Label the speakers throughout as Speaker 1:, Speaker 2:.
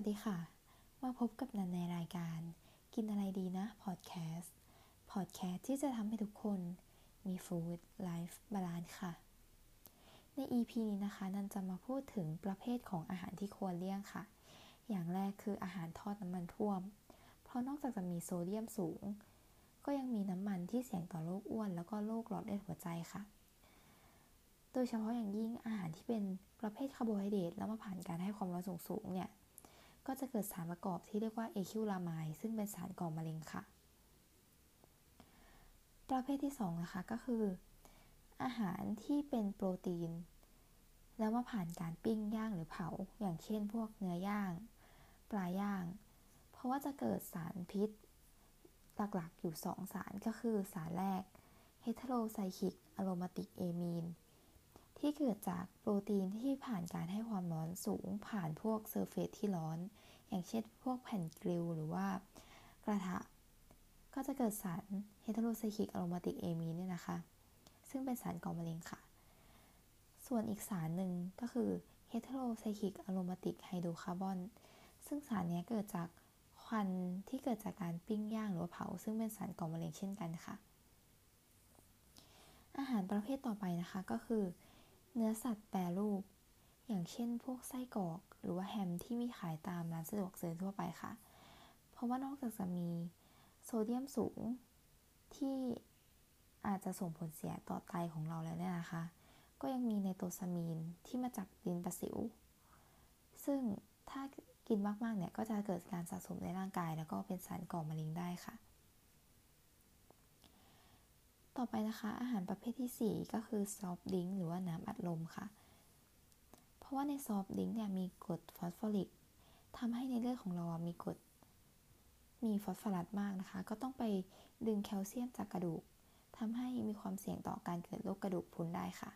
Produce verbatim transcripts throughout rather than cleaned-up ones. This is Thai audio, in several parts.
Speaker 1: ดีค่ะมาพบกับนันในรายการกินอะไรดีนะพอดแคสต์พอดแคสต์ที่จะทำให้ทุกคนมีฟู้ดไลฟ์บาลานซ์ค่ะใน อี พี นี้นะคะนันจะมาพูดถึงประเภทของอาหารที่ควรเลี่ยงค่ะอย่างแรกคืออาหารทอดน้ำมันท่วมเพราะนอกจากจะมีโซเดียมสูงก็ยังมีน้ำมันที่เสี่ยงต่อโรคอ้วนแล้วก็โรคหลอดเลือดหัวใจค่ะโดยเฉพาะอย่างยิ่งอาหารที่เป็นประเภทคาร์โบไฮเดรตแล้วมาผ่านการให้ความร้อนสูงๆเนี่ยก็จะเกิดสารประกอบที่เรียกว่าเอคิลลามายด์ซึ่งเป็นสารก่อมะเร็งค่ะประเภทที่สองนะคะก็คืออาหารที่เป็นโปรตีนแล้วมาผ่านการปิ้งย่างหรือเผาอย่างเช่นพวกเนื้อย่างปลาย่างเพราะว่าจะเกิดสารพิษหลักๆอยู่สองสารก็คือสารแรกเฮเทโรไซคลิกอะโรมาติกเอมีนที่เกิดจากโปรตีนที่ผ่านการให้ความร้อนสูงผ่านพวกเซอร์เฟซที่ร้อนอย่างเช่นพวกแผ่นกริลหรือว่ากระทะก็จะเกิดสารเฮเทโรไซคลิกอะโรมาติกเอมีนเนี่ยนะคะซึ่งเป็นสารก่อมะเร็งค่ะส่วนอีกสารหนึ่งก็คือเฮเทโรไซคลิกอะโรมาติกไฮโดรคาร์บอนซึ่งสารนี้เกิดจากควันที่เกิดจากการปิ้งย่างหรือว่าเผาซึ่งเป็นสารก่อมะเร็งเช่นกันค่ะอาหารประเภทต่อไปนะคะก็คือเนื้อสัตว์แปรรูปอย่างเช่นพวกไส้กรอกหรือว่าแฮมที่มีขายตามร้านสะดวกซื้อทั่วไปค่ะเพราะว่านอกจากจะมีโซเดียมสูงที่อาจจะส่งผลเสียต่อไตของเราแล้วเนี่ยนะคะก็ยังมีไนโตซามีนที่มาจากดินประสิวซึ่งถ้ากินมากๆเนี่ยก็จะเกิดการสะสมในร่างกายแล้วก็เป็นสารก่อมะเร็งได้ค่ะต่อไปนะคะอาหารประเภทที่สี่ก็คือซอฟต์ดริงก์หรือว่าน้ำอัดลมค่ะเพราะว่าในซอฟต์ดริงก์เนี่ยมีกรดฟอสฟอริกทำให้ในเลือดของเรามีกรดมีฟอสฟอรัสมากนะคะก็ต้องไปดึงแคลเซียมจากกระดูกทำให้มีความเสี่ยงต่อการเกิดโรคกระดูกพรุนได้ค่ะ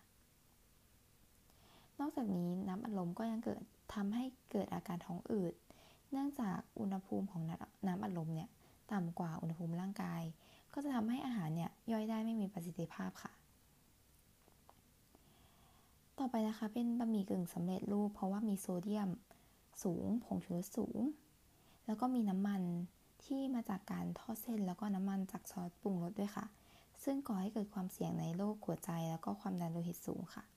Speaker 1: นอกจากนี้น้ำอัดลมก็ยังเกิดทำให้เกิดอาการท้องอืดเนื่องจากอุณหภูมิของน้ำอัดลมเนี่ยต่ำกว่าอุณหภูมิร่างกายก็จะทำให้อาหารเนี่ยย่อยได้ไม่มีประสิทธิภาพค่ะต่อไปนะคะเป็นบะหมี่กึ่งสำเร็จรูปเพราะว่ามีโซเดียมสูงผงชูรสสูงแล้วก็มีน้ำมันที่มาจากการทอดเส้นแล้วก็น้ำมันจากซอสปรุงรสด้วยค่ะซึ่งก่อให้เกิดความเสี่ยงในโรคหัวใจแล้วก็ความดันโลหิตสูงค่ะ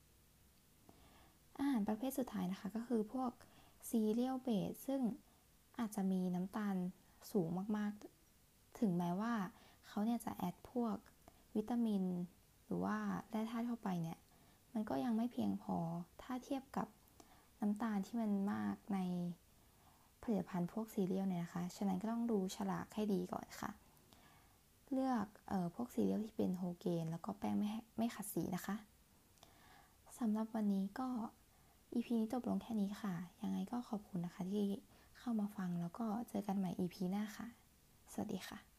Speaker 1: อาหารประเภทสุดท้ายนะคะก็คือพวกซีเรียลเบสซึ่งอาจจะมีน้ำตาลสูงมากๆถึงแม้ว่าเขาเนี่ยจะแอดพวกวิตามินหรือว่าแร่ธาตุเข้าไปเนี่ยมันก็ยังไม่เพียงพอถ้าเทียบกับน้ำตาลที่มันมากในผลิตภัณฑ์พวกซีเรียลเนี่ยนะคะฉะนั้นก็ต้องดูฉลากให้ดีก่อนค่ะเลือกเอ่อพวกซีเรียลที่เป็นโฮเกนแล้วก็แป้งไม่ไม่ขัดสีนะคะสำหรับวันนี้ก็ อี พี นี้จบลงแค่นี้ค่ะยังไงก็ขอบคุณนะคะที่เข้ามาฟังแล้วก็เจอกันใหม่ อี พี หน้าค่ะสวัสดีค่ะ